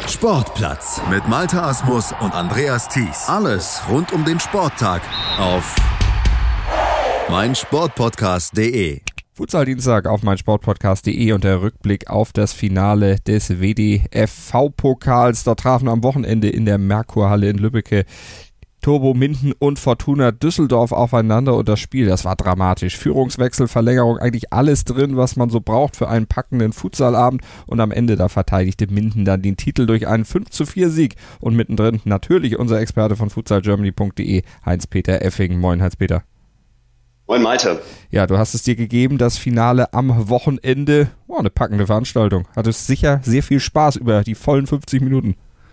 Sportplatz mit Malte Asmus und Andreas Thies. Alles rund um den Sporttag auf meinsportpodcast.de. Futsal-Dienstag auf meinsportpodcast.de und der Rückblick auf das Finale des WDFV-Pokals. Dort trafen am Wochenende in der Merkurhalle in Lübbecke Turbo Minden und Fortuna Düsseldorf aufeinander und das Spiel, das war dramatisch. Führungswechsel, Verlängerung, eigentlich alles drin, was man so braucht für einen packenden Futsalabend und am Ende da verteidigte Minden dann den Titel durch einen 5:4 Sieg und mittendrin natürlich unser Experte von futsalgermany.de, Heinz-Peter Effing. Moin Heinz-Peter. Moin Malte. Ja, du hast es dir gegeben, das Finale am Wochenende. Oh, eine packende Veranstaltung. Hattest sicher sehr viel Spaß über die vollen 50 Minuten.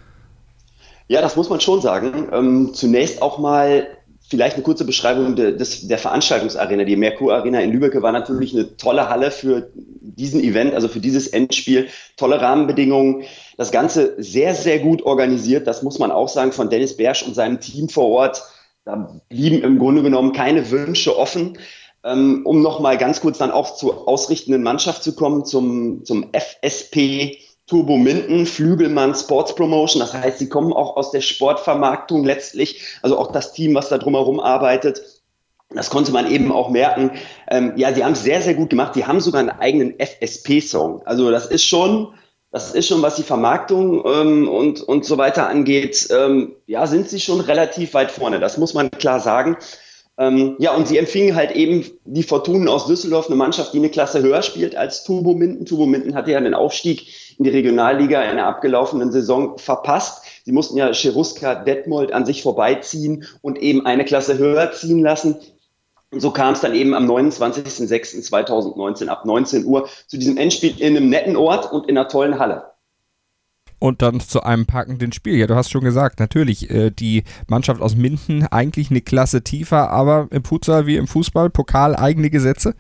Ja, das muss man schon sagen. Zunächst auch mal vielleicht eine kurze Beschreibung der Veranstaltungsarena. Die Merkur Arena in Lübeck war natürlich eine tolle Halle für diesen Event, also für dieses Endspiel. Tolle Rahmenbedingungen. Das Ganze sehr, sehr gut organisiert. Das muss man auch sagen von Dennis Bersch und seinem Team vor Ort. Da blieben im Grunde genommen keine Wünsche offen. Um nochmal ganz kurz dann auch zur ausrichtenden Mannschaft zu kommen, zum FSP Turbo Minden, Flügelmann Sports Promotion. Das heißt, sie kommen auch aus der Sportvermarktung letztlich, also auch das Team, was da drumherum arbeitet. Das konnte man eben auch merken. Ja, sie haben es sehr, sehr gut gemacht. Die haben sogar einen eigenen FSP-Song. Also das ist schon, was die Vermarktung und so weiter angeht, ja, sind sie schon relativ weit vorne. Das muss man klar sagen. Ja, und sie empfingen halt eben die Fortunen aus Düsseldorf, eine Mannschaft, die eine Klasse höher spielt als Turbo Minden. Turbo Minden hatte ja den Aufstieg in die Regionalliga in der abgelaufenen Saison verpasst. Sie mussten ja Cheruska Detmold an sich vorbeiziehen und eben eine Klasse höher ziehen lassen. Und so kam es dann eben am 29.06.2019 ab 19 Uhr zu diesem Endspiel in einem netten Ort und in einer tollen Halle. Und dann zu einem packenden Spiel. Ja, du hast schon gesagt, natürlich, die Mannschaft aus Minden eigentlich eine Klasse tiefer, aber im Futsal wie im Fußball, Pokal, eigene Gesetze?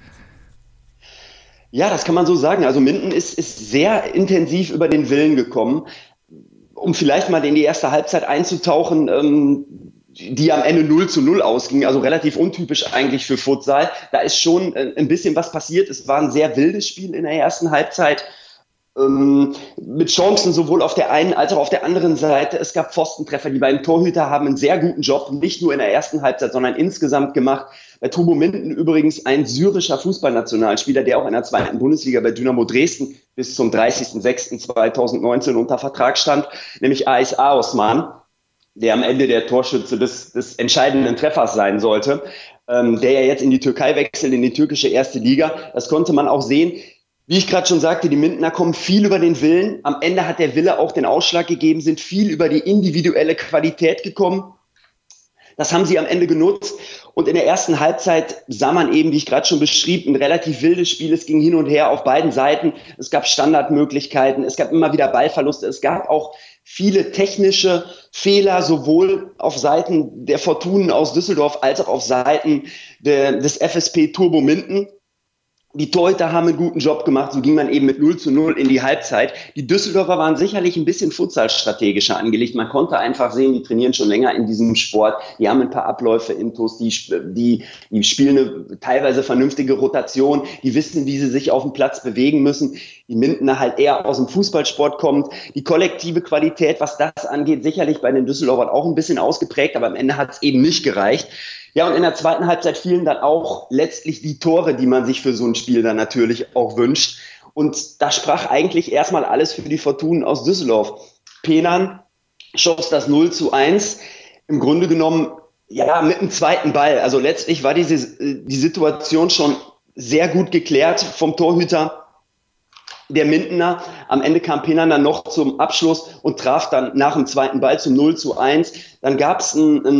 Ja, das kann man so sagen. Also Minden ist sehr intensiv über den Willen gekommen. Um vielleicht mal in die erste Halbzeit einzutauchen, die am Ende 0:0 ausging, also relativ untypisch eigentlich für Futsal. Da ist schon ein bisschen was passiert. Es war ein sehr wildes Spiel in der ersten Halbzeit. Mit Chancen sowohl auf der einen als auch auf der anderen Seite. Es gab Pfostentreffer. Die beiden Torhüter haben einen sehr guten Job, nicht nur in der ersten Halbzeit, sondern insgesamt gemacht. Bei Turbo Minden übrigens ein syrischer Fußballnationalspieler, der auch in der zweiten Bundesliga bei Dynamo Dresden bis zum 30.06.2019 unter Vertrag stand, nämlich ASA Osman, der am Ende der Torschütze des entscheidenden Treffers sein sollte, der ja jetzt in die Türkei wechselt, in die türkische erste Liga. Das konnte man auch sehen. Wie ich gerade schon sagte, die Mindener kommen viel über den Willen. Am Ende hat der Wille auch den Ausschlag gegeben, sind viel über die individuelle Qualität gekommen. Das haben sie am Ende genutzt. Und in der ersten Halbzeit sah man eben, wie ich gerade schon beschrieb, ein relativ wildes Spiel. Es ging hin und her auf beiden Seiten. Es gab Standardmöglichkeiten. Es gab immer wieder Ballverluste. Es gab auch viele technische Fehler, sowohl auf Seiten der Fortunen aus Düsseldorf als auch auf Seiten des FSP Turbo Minden. Die Torhüter haben einen guten Job gemacht, so ging man eben mit 0:0 in die Halbzeit. Die Düsseldorfer waren sicherlich ein bisschen futsalstrategischer angelegt. Man konnte einfach sehen, die trainieren schon länger in diesem Sport. Die haben ein paar Abläufe intus, die spielen eine teilweise vernünftige Rotation. Die wissen, wie sie sich auf dem Platz bewegen müssen. Die Mindener halt eher aus dem Fußballsport kommt. Die kollektive Qualität, was das angeht, sicherlich bei den Düsseldorfern auch ein bisschen ausgeprägt, aber am Ende hat es eben nicht gereicht. Ja, und in der zweiten Halbzeit fielen dann auch letztlich die Tore, die man sich für so ein Spiel dann natürlich auch wünscht. Und da sprach eigentlich erstmal alles für die Fortunen aus Düsseldorf. Penan schoss das 0:1. Im Grunde genommen, ja, mit dem zweiten Ball. Also letztlich war die Situation schon sehr gut geklärt vom Torhüter der Mindener. Am Ende kam Penan dann noch zum Abschluss und traf dann nach dem zweiten Ball zum 0:1. Dann gab es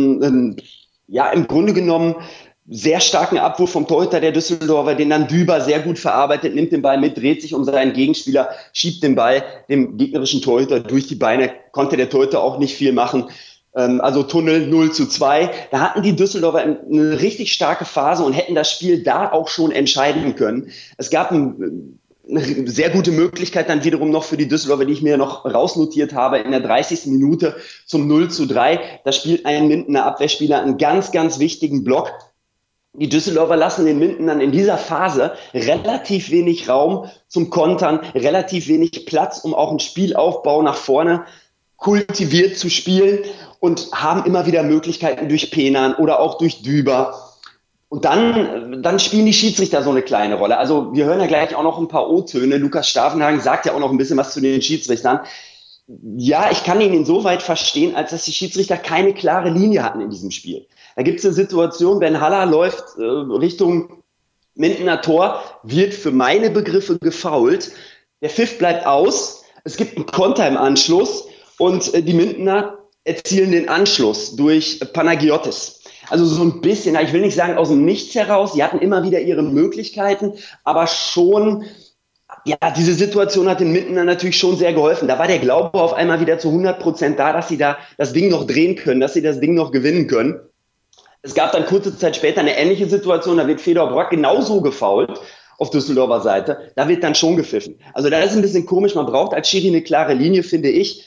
ja, im Grunde genommen sehr starken Abwurf vom Torhüter der Düsseldorfer, den dann Düber sehr gut verarbeitet, nimmt den Ball mit, dreht sich um seinen Gegenspieler, schiebt den Ball dem gegnerischen Torhüter durch die Beine, konnte der Torhüter auch nicht viel machen. Also Tunnel 0:2. Da hatten die Düsseldorfer eine richtig starke Phase und hätten das Spiel da auch schon entscheiden können. Es gab eine sehr gute Möglichkeit dann wiederum noch für die Düsseldorfer, die ich mir noch rausnotiert habe, in der 30. Minute zum 0:3. Da spielt ein Mindener Abwehrspieler einen ganz, ganz wichtigen Block. Die Düsseldorfer lassen den Mindenern in dieser Phase relativ wenig Raum zum Kontern, relativ wenig Platz, um auch einen Spielaufbau nach vorne kultiviert zu spielen und haben immer wieder Möglichkeiten durch Penan oder auch durch Düber. Und dann spielen die Schiedsrichter so eine kleine Rolle. Also wir hören ja gleich auch noch ein paar O-Töne. Lukas Stavenhagen sagt ja auch noch ein bisschen was zu den Schiedsrichtern. Ja, ich kann ihn insoweit verstehen, als dass die Schiedsrichter keine klare Linie hatten in diesem Spiel. Da gibt es eine Situation, Ben Haller läuft Richtung Mindener Tor, wird für meine Begriffe gefoult. Der Pfiff bleibt aus. Es gibt einen Konter im Anschluss und die Mindener erzielen den Anschluss durch Panagiotis. Also so ein bisschen, ich will nicht sagen aus dem Nichts heraus, sie hatten immer wieder ihre Möglichkeiten, aber schon, ja, diese Situation hat den Mindener natürlich schon sehr geholfen. Da war der Glaube auf einmal wieder zu 100% da, dass sie da das Ding noch drehen können, dass sie das Ding noch gewinnen können. Es gab dann kurze Zeit später eine ähnliche Situation, da wird Fedor Brack genauso gefoult auf Düsseldorfer Seite, da wird dann schon gepfiffen. Also da ist ein bisschen komisch, man braucht als Schiri eine klare Linie, finde ich.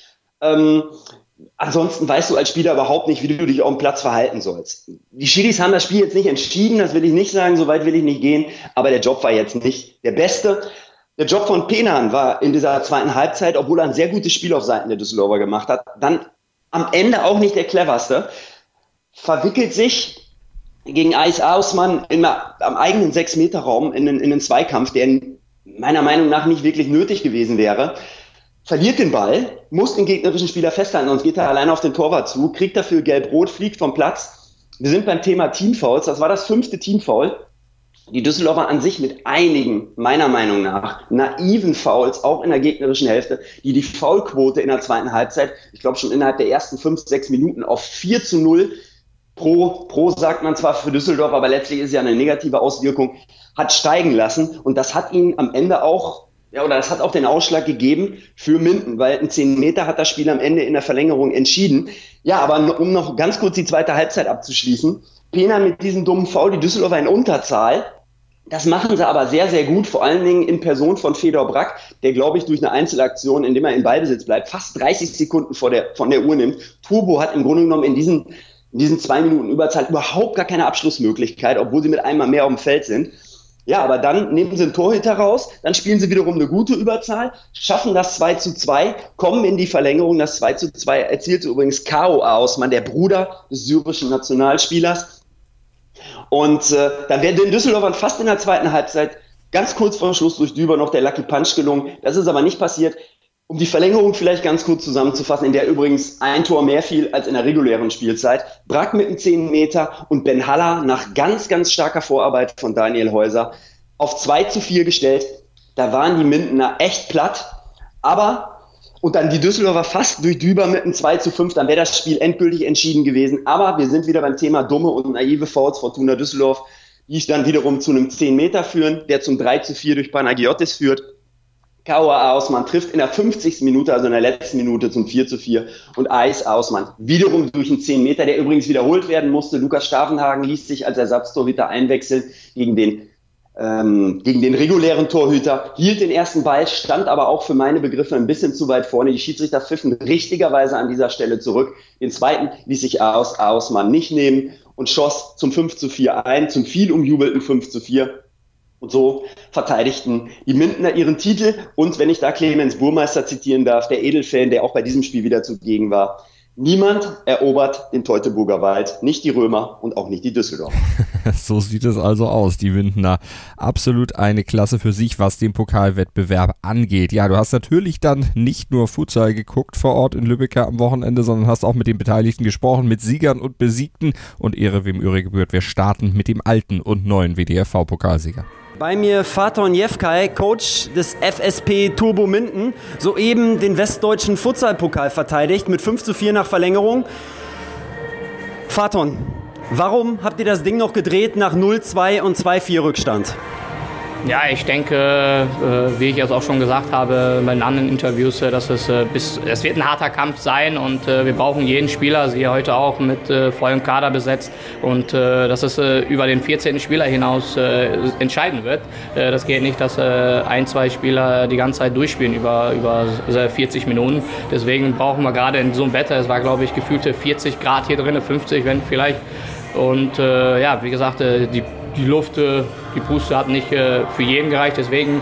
Ansonsten weißt du als Spieler überhaupt nicht, wie du dich auf dem Platz verhalten sollst. Die Schiris haben das Spiel jetzt nicht entschieden, das will ich nicht sagen, so weit will ich nicht gehen, aber der Job war jetzt nicht der beste. Der Job von Penan war in dieser zweiten Halbzeit, obwohl er ein sehr gutes Spiel auf Seiten der Düsseldorfer gemacht hat, dann am Ende auch nicht der cleverste. Verwickelt sich gegen Ais Ausmann am eigenen 6-Meter-Raum in einen Zweikampf, der meiner Meinung nach nicht wirklich nötig gewesen wäre. Verliert den Ball, muss den gegnerischen Spieler festhalten, sonst geht er alleine auf den Torwart zu, kriegt dafür Gelb-Rot, fliegt vom Platz. Wir sind beim Thema Teamfouls, das war das 5. Teamfoul. Die Düsseldorfer an sich mit einigen, meiner Meinung nach, naiven Fouls, auch in der gegnerischen Hälfte, die Foulquote in der zweiten Halbzeit, ich glaube schon innerhalb der ersten 5-6 Minuten auf 4:0 pro sagt man zwar für Düsseldorf, aber letztlich ist ja eine negative Auswirkung, hat steigen lassen. Und das hat ihn am Ende auch, das hat auch den Ausschlag gegeben für Minden, weil ein 10 Meter hat das Spiel am Ende in der Verlängerung entschieden. Ja, aber um noch ganz kurz die zweite Halbzeit abzuschließen, Penan mit diesem dummen Foul, die Düsseldorfer in Unterzahl. Das machen sie aber sehr, sehr gut, vor allen Dingen in Person von Fedor Brack, der, glaube ich, durch eine Einzelaktion, indem er in Ballbesitz bleibt, fast 30 Sekunden von der Uhr nimmt. Turbo hat im Grunde genommen in diesen 2 Minuten Überzahl überhaupt gar keine Abschlussmöglichkeit, obwohl sie mit einmal mehr auf dem Feld sind. Ja, aber dann nehmen sie einen Torhüter raus, dann spielen sie wiederum eine gute Überzahl, schaffen das 2:2, kommen in die Verlängerung. Das 2:2 erzielte übrigens Kao Ausmann, der Bruder des syrischen Nationalspielers. Und dann wäre den Düsseldorfern fast in der zweiten Halbzeit ganz kurz vor Schluss durch Düber noch der Lucky Punch gelungen. Das ist aber nicht passiert. Um die Verlängerung vielleicht ganz kurz zusammenzufassen, in der übrigens ein Tor mehr fiel als in der regulären Spielzeit. Brack mit einem 10 Meter und Ben Haller nach ganz, ganz starker Vorarbeit von Daniel Heuser auf 2:4 gestellt. Da waren die Mindener echt platt. Und dann die Düsseldorfer fast durch Düber mit einem 2:5, dann wäre das Spiel endgültig entschieden gewesen. Aber wir sind wieder beim Thema dumme und naive Fouls. Fortuna Düsseldorf, die dann wiederum zu einem 10 Meter führen, der zum 3:4 durch Panagiotis führt. Kauer Ausmann trifft in der 50. Minute, also in der letzten Minute, zum 4:4 und Ais Ausmann wiederum durch einen 10 Meter, der übrigens wiederholt werden musste. Lukas Stavenhagen ließ sich als Ersatztorhüter einwechseln gegen den regulären Torhüter, hielt den ersten Ball, stand aber auch für meine Begriffe ein bisschen zu weit vorne. Die Schiedsrichter pfiffen richtigerweise an dieser Stelle zurück. Den zweiten ließ sich Ausmann nicht nehmen und schoss zum 5:4 ein, zum viel umjubelten 5:4. Und so verteidigten die Mindener ihren Titel. Und wenn ich da Clemens Burmeister zitieren darf, der Edelfan, der auch bei diesem Spiel wieder zugegen war: Niemand erobert den Teutoburger Wald, nicht die Römer und auch nicht die Düsseldorfer. So sieht es also aus, die Mindener. Absolut eine Klasse für sich, was den Pokalwettbewerb angeht. Ja, du hast natürlich dann nicht nur Futsal geguckt vor Ort in Lübeck am Wochenende, sondern hast auch mit den Beteiligten gesprochen, mit Siegern und Besiegten. Und Ehre wem Ehre gebührt, wir starten mit dem alten und neuen WDFV-Pokalsieger. Bei mir Faton Jefkay, Coach des FSP Turbo Minden, soeben den westdeutschen Futsal-Pokal verteidigt mit 5:4 nach Verlängerung. Faton, warum habt ihr das Ding noch gedreht nach 0:2 und 2:4 Rückstand? Ja, ich denke, wie ich jetzt auch schon gesagt habe bei den anderen Interviews, dass es wird ein harter Kampf sein und wir brauchen jeden Spieler, sie heute auch mit vollem Kader besetzt und dass es über den 14. Spieler hinaus entscheiden wird. Das geht nicht, dass 1-2 Spieler die ganze Zeit durchspielen über 40 Minuten. Deswegen brauchen wir gerade in so einem Wetter, es war glaube ich gefühlte 40 Grad hier drin, 50 wenn vielleicht. Und wie gesagt, die Luft, die Puste hat nicht für jeden gereicht, deswegen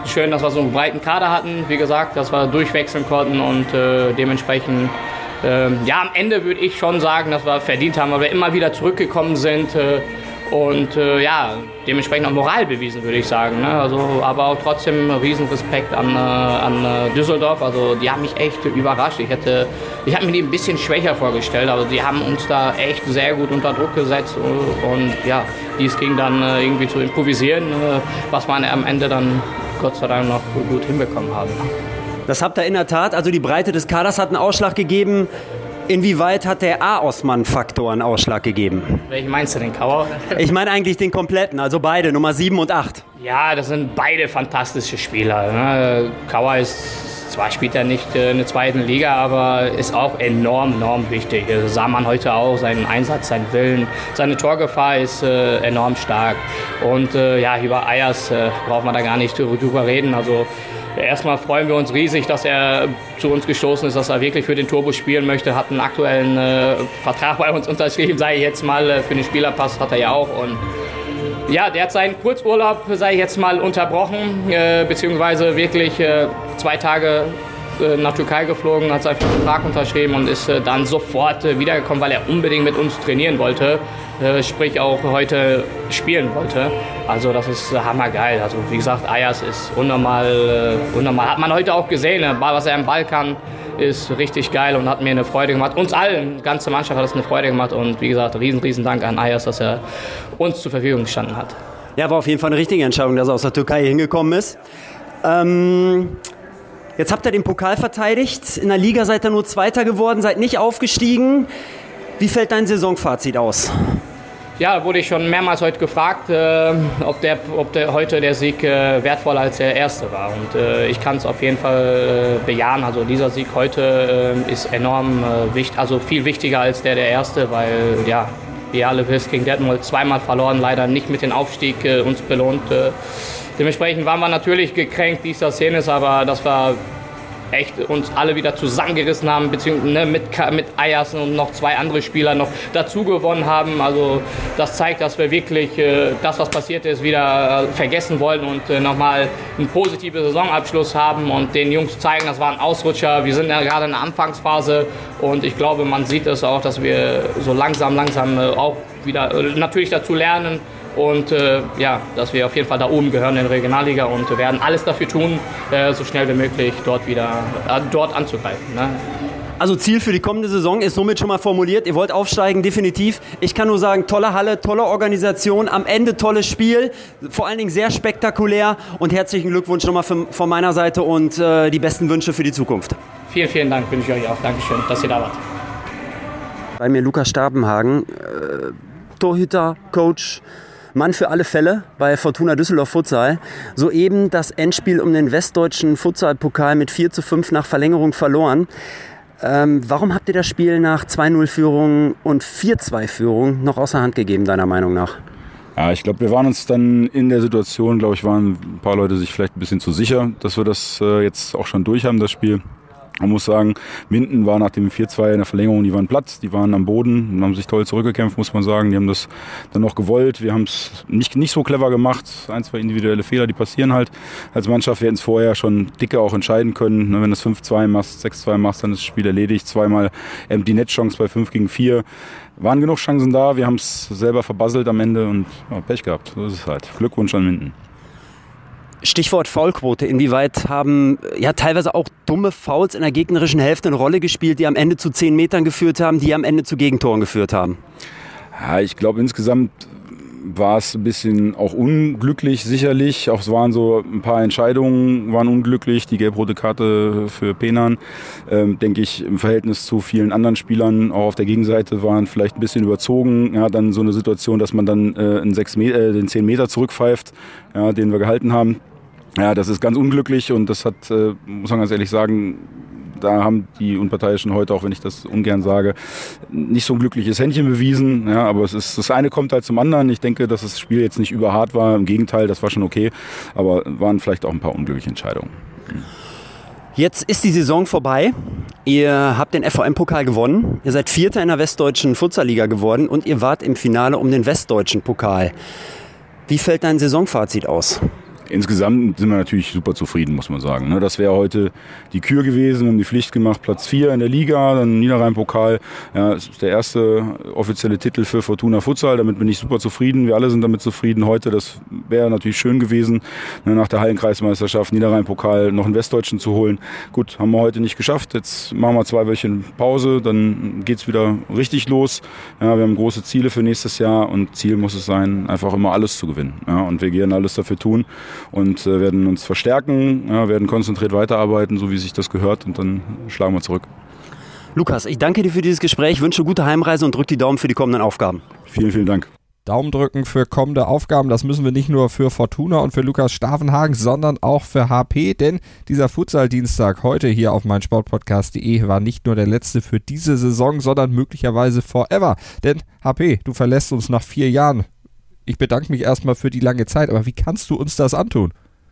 schön, dass wir so einen breiten Kader hatten, wie gesagt, dass wir durchwechseln konnten und dementsprechend, am Ende würde ich schon sagen, dass wir verdient haben, weil wir immer wieder zurückgekommen sind und dementsprechend auch Moral bewiesen, würde ich sagen. Ne? Also, aber auch trotzdem riesen Respekt an Düsseldorf. Also die haben mich echt überrascht. Ich habe mir die ein bisschen schwächer vorgestellt, aber die haben uns da echt sehr gut unter Druck gesetzt und dies ging dann irgendwie zu improvisieren, was wir am Ende dann Gott sei Dank noch gut hinbekommen haben. Das habt ihr in der Tat, also die Breite des Kaders hat einen Ausschlag gegeben. Inwieweit hat der A-Osman-Faktor einen Ausschlag gegeben? Welchen meinst du denn, Kauer? Ich meine eigentlich den kompletten, also beide, Nummer 7 und 8. Ja, das sind beide fantastische Spieler. Ne? Kauer spielt er nicht in der zweiten Liga, aber ist auch enorm wichtig. Das sah man heute auch, seinen Einsatz, seinen Willen, seine Torgefahr ist enorm stark. Und über Ayers braucht man da gar nicht drüber reden. Also erstmal freuen wir uns riesig, dass er zu uns gestoßen ist, dass er wirklich für den Turbo spielen möchte. Hat einen aktuellen Vertrag bei uns unterschrieben, sage ich jetzt mal. Für den Spielerpass hat er ja auch. Und ja, der hat seinen Kurzurlaub, sage ich jetzt mal, unterbrochen, beziehungsweise wirklich 2 Tage nach Türkei geflogen, hat seinen Vertrag unterschrieben und ist dann sofort wiedergekommen, weil er unbedingt mit uns trainieren wollte, sprich auch heute spielen wollte. Also das ist hammergeil. Also wie gesagt, Ayers ist unnormal. Hat man heute auch gesehen, was er im Ball kann, ist richtig geil und hat mir eine Freude gemacht. Uns allen, die ganze Mannschaft hat es eine Freude gemacht und wie gesagt, riesen Dank an Ayers, dass er uns zur Verfügung gestanden hat. Ja, war auf jeden Fall eine richtige Entscheidung, dass er aus der Türkei hingekommen ist. Jetzt habt ihr den Pokal verteidigt. In der Liga seid ihr nur Zweiter geworden, seid nicht aufgestiegen. Wie fällt dein Saisonfazit aus? Ja, wurde ich schon mehrmals heute gefragt, ob heute der Sieg wertvoller als der erste war. Und ich kann es auf jeden Fall bejahen. Also dieser Sieg heute ist enorm wichtig, also viel wichtiger als der erste, weil wie ihr alle wisst, gegen Detmold 2-mal verloren, leider nicht mit dem Aufstieg uns belohnt. Dementsprechend waren wir natürlich gekränkt, wie es das Szene ist, aber das war echt uns alle wieder zusammengerissen haben, beziehungsweise mit Ayers und noch 2 andere Spieler noch dazu gewonnen haben. Also das zeigt, dass wir wirklich das, was passiert ist, wieder vergessen wollen und nochmal einen positiven Saisonabschluss haben und den Jungs zeigen, das war ein Ausrutscher. Wir sind ja gerade in der Anfangsphase und ich glaube, man sieht es auch, dass wir so langsam auch wieder natürlich dazu lernen. Und dass wir auf jeden Fall da oben gehören in der Regionalliga und werden alles dafür tun, so schnell wie möglich dort anzugreifen. Ne? Also Ziel für die kommende Saison ist somit schon mal formuliert. Ihr wollt aufsteigen, definitiv. Ich kann nur sagen, tolle Halle, tolle Organisation, am Ende tolles Spiel, vor allen Dingen sehr spektakulär und herzlichen Glückwunsch nochmal von meiner Seite und die besten Wünsche für die Zukunft. Vielen Dank, wünsche ich euch auch. Dankeschön, dass ihr da wart. Bei mir Lukas Stabenhagen, Torhüter, Coach, Mann für alle Fälle bei Fortuna Düsseldorf Futsal. Soeben das Endspiel um den westdeutschen Futsal-Pokal mit 4:5 nach Verlängerung verloren. Warum habt ihr das Spiel nach 2-0-Führung und 4-2-Führung noch außer Hand gegeben, deiner Meinung nach? Ja, ich glaube, wir waren uns dann in der Situation, waren ein paar Leute sich vielleicht ein bisschen zu sicher, dass wir das jetzt auch schon durch haben, das Spiel. Man muss sagen, Minden war nach dem 4-2 in der Verlängerung, die waren platt, die waren am Boden und haben sich toll zurückgekämpft, muss man sagen. Die haben das dann noch gewollt. Wir haben es nicht so clever gemacht. 1, 2 individuelle Fehler, die passieren halt als Mannschaft. Wir hätten es vorher schon dicke auch entscheiden können. Wenn du es 5-2 machst, 6-2 machst, dann ist das Spiel erledigt. 2-mal Empty Net Chance bei 5-4. Waren genug Chancen da. Wir haben es selber verbasselt am Ende und Pech gehabt. So ist es halt. Glückwunsch an Minden. Stichwort Foulquote. Inwieweit haben teilweise auch dumme Fouls in der gegnerischen Hälfte eine Rolle gespielt, die am Ende zu 10 Metern geführt haben, die am Ende zu Gegentoren geführt haben? Ja, ich glaube insgesamt war es ein bisschen auch unglücklich sicherlich. Auch es waren so ein paar Entscheidungen waren unglücklich. Die gelb-rote Karte für Penan, denke ich, im Verhältnis zu vielen anderen Spielern auch auf der Gegenseite waren vielleicht ein bisschen überzogen. Ja, dann so eine Situation, dass man dann den 10 Meter zurückpfeift, den wir gehalten haben. Ja, das ist ganz unglücklich und das hat, muss man ganz ehrlich sagen, da haben die Unparteiischen heute, auch wenn ich das ungern sage, nicht so ein glückliches Händchen bewiesen. Ja, aber das eine kommt halt zum anderen. Ich denke, dass das Spiel jetzt nicht überhart war. Im Gegenteil, das war schon okay. Aber waren vielleicht auch ein paar unglückliche Entscheidungen. Jetzt ist die Saison vorbei. Ihr habt den FVM-Pokal gewonnen. Ihr seid Vierter in der westdeutschen Futsal-Liga geworden und ihr wart im Finale um den westdeutschen Pokal. Wie fällt dein Saisonfazit aus? insgesamt sind wir natürlich super zufrieden, muss man sagen. Ne? Das wäre heute die Kür gewesen, wir haben die Pflicht gemacht, Platz 4 in der Liga, dann Niederrhein-Pokal. Ja, das ist der erste offizielle Titel für Fortuna Futsal, damit bin ich super zufrieden. Wir alle sind damit zufrieden heute, das wäre natürlich schön gewesen, ne, nach der Hallenkreismeisterschaft Niederrhein-Pokal noch einen Westdeutschen zu holen. Gut, haben wir heute nicht geschafft, jetzt machen wir 2 Wöchchen Pause, dann geht's wieder richtig los. Ja, wir haben große Ziele für nächstes Jahr und Ziel muss es sein, einfach immer alles zu gewinnen. Ja, und wir werden alles dafür tun und werden uns verstärken, ja, werden konzentriert weiterarbeiten, so wie sich das gehört, und dann schlagen wir zurück. Lukas, ich danke dir für dieses Gespräch, wünsche gute Heimreise und drück die Daumen für die kommenden Aufgaben. Vielen, vielen Dank. Daumen drücken für kommende Aufgaben, das müssen wir nicht nur für Fortuna und für Lukas Stavenhagen, sondern auch für HP, denn dieser Futsal-Dienstag heute hier auf meinsportpodcast.de war nicht nur der letzte für diese Saison, sondern möglicherweise forever. Denn HP, du verlässt uns nach 4 Jahren. Ich bedanke mich erstmal für die lange Zeit, aber wie kannst du uns das antun?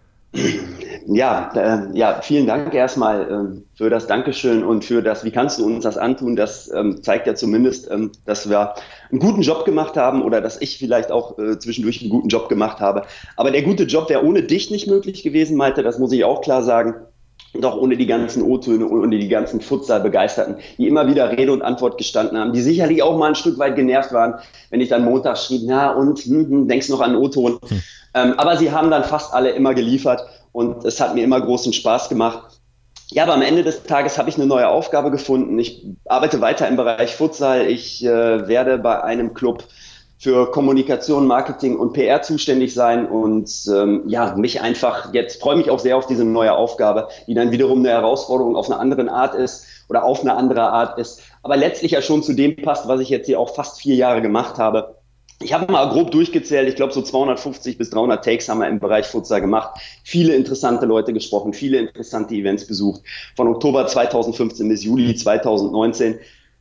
Ja, vielen Dank erstmal für das Dankeschön und für das, wie kannst du uns das antun? Das zeigt ja zumindest, dass wir einen guten Job gemacht haben oder dass ich vielleicht auch zwischendurch einen guten Job gemacht habe. Aber der gute Job wäre ohne dich nicht möglich gewesen, Malte, das muss ich auch klar sagen. Und auch ohne die ganzen O-Töne, ohne die ganzen Futsal-Begeisterten, die immer wieder Rede und Antwort gestanden haben, die sicherlich auch mal ein Stück weit genervt waren, wenn ich dann Montag schrieb, denkst noch an O-Ton. Aber sie haben dann fast alle immer geliefert und es hat mir immer großen Spaß gemacht. Ja, aber am Ende des Tages habe ich eine neue Aufgabe gefunden. Ich arbeite weiter im Bereich Futsal. Ich werde bei einem Club für Kommunikation, Marketing und PR zuständig sein und mich einfach jetzt freue mich auch sehr auf diese neue Aufgabe, die dann wiederum eine Herausforderung auf eine andere Art ist oder auf eine andere Art ist, aber letztlich ja schon zu dem passt, was ich jetzt hier auch fast 4 Jahre gemacht habe. Ich habe mal grob durchgezählt, ich glaube so 250 bis 300 Takes haben wir im Bereich Futsal gemacht, viele interessante Leute gesprochen, viele interessante Events besucht, von Oktober 2015 bis Juli 2019.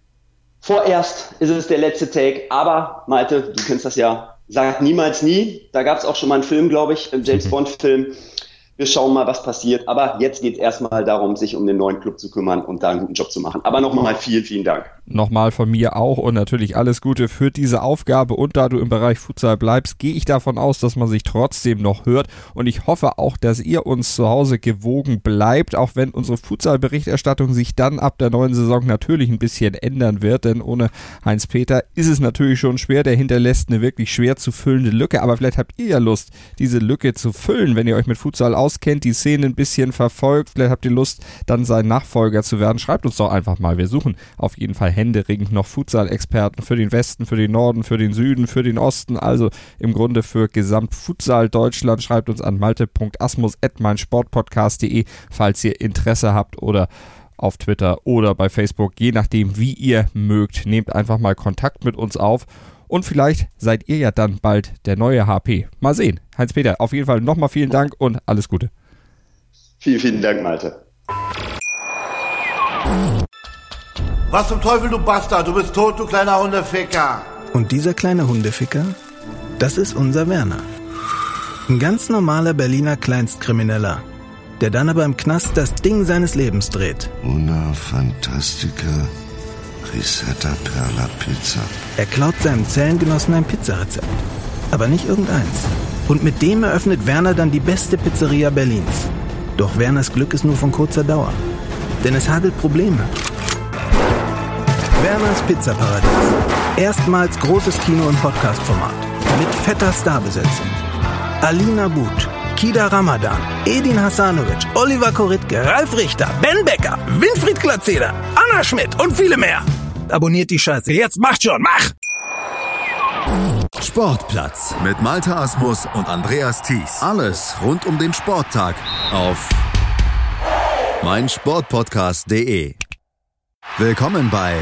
Vorerst ist es der letzte Take, aber Malte, du kennst das ja, sag niemals nie. Da gab es auch schon mal einen Film, glaube ich, einen James-Bond-Film. Wir schauen mal, was passiert. Aber jetzt geht es erstmal darum, sich um den neuen Club zu kümmern und da einen guten Job zu machen. Aber nochmal vielen, vielen Dank. Nochmal von mir auch und natürlich alles Gute für diese Aufgabe. Und da du im Bereich Futsal bleibst, gehe ich davon aus, dass man sich trotzdem noch hört. Und ich hoffe auch, dass ihr uns zu Hause gewogen bleibt, auch wenn unsere Futsal-Berichterstattung sich dann ab der neuen Saison natürlich ein bisschen ändern wird. Denn ohne Heinz-Peter ist es natürlich schon schwer. Der hinterlässt eine wirklich schwer zu füllende Lücke. Aber vielleicht habt ihr ja Lust, diese Lücke zu füllen, wenn ihr euch mit Futsal auskennt, die Szene ein bisschen verfolgt. Vielleicht habt ihr Lust, dann sein Nachfolger zu werden. Schreibt uns doch einfach mal. Wir suchen auf jeden Fall händeringend noch Futsal-Experten für den Westen, für den Norden, für den Süden, für den Osten, also im Grunde für Gesamt-Futsal Deutschland. Schreibt uns an malte.asmus@meinsportpodcast.de, falls ihr Interesse habt, oder auf Twitter oder bei Facebook, je nachdem, wie ihr mögt. Nehmt einfach mal Kontakt mit uns auf und vielleicht seid ihr ja dann bald der neue HP. Mal sehen. Heinz-Peter, auf jeden Fall nochmal vielen Dank und alles Gute. Vielen, vielen Dank, Malte. Was zum Teufel, du Bastard? Du bist tot, du kleiner Hundeficker. Und dieser kleine Hundeficker, das ist unser Werner. Ein ganz normaler Berliner Kleinstkrimineller, der dann aber im Knast das Ding seines Lebens dreht. Una Fantastica Risetta Perla Pizza. Er klaut seinem Zellengenossen ein Pizzarezept, aber nicht irgendeins. Und mit dem eröffnet Werner dann die beste Pizzeria Berlins. Doch Werners Glück ist nur von kurzer Dauer, denn es hagelt Probleme. Werners Pizzaparadies. Erstmals großes Kino- und Podcast-Format. Mit fetter Starbesetzung. Alina But, Kida Ramadan, Edin Hasanovic, Oliver Koritke, Ralf Richter, Ben Becker, Winfried Glatzeder, Anna Schmidt und viele mehr. Abonniert die Scheiße. Jetzt macht schon, mach! Sportplatz mit Malte Asmus und Andreas Thies. Alles rund um den Sporttag auf meinsportpodcast.de. Willkommen bei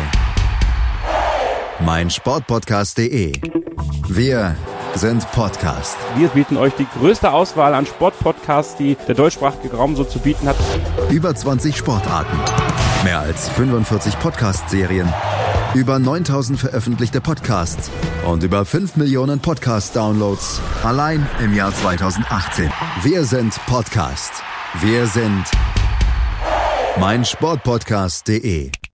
meinsportpodcast.de. Wir sind Podcast. Wir bieten euch die größte Auswahl an Sportpodcasts, die der deutschsprachige Raum so zu bieten hat. Über 20 Sportarten, mehr als 45 Podcast-Serien, über 9000 veröffentlichte Podcasts und über 5 Millionen Podcast-Downloads allein im Jahr 2018. Wir sind Podcast. Wir sind meinsportpodcast.de.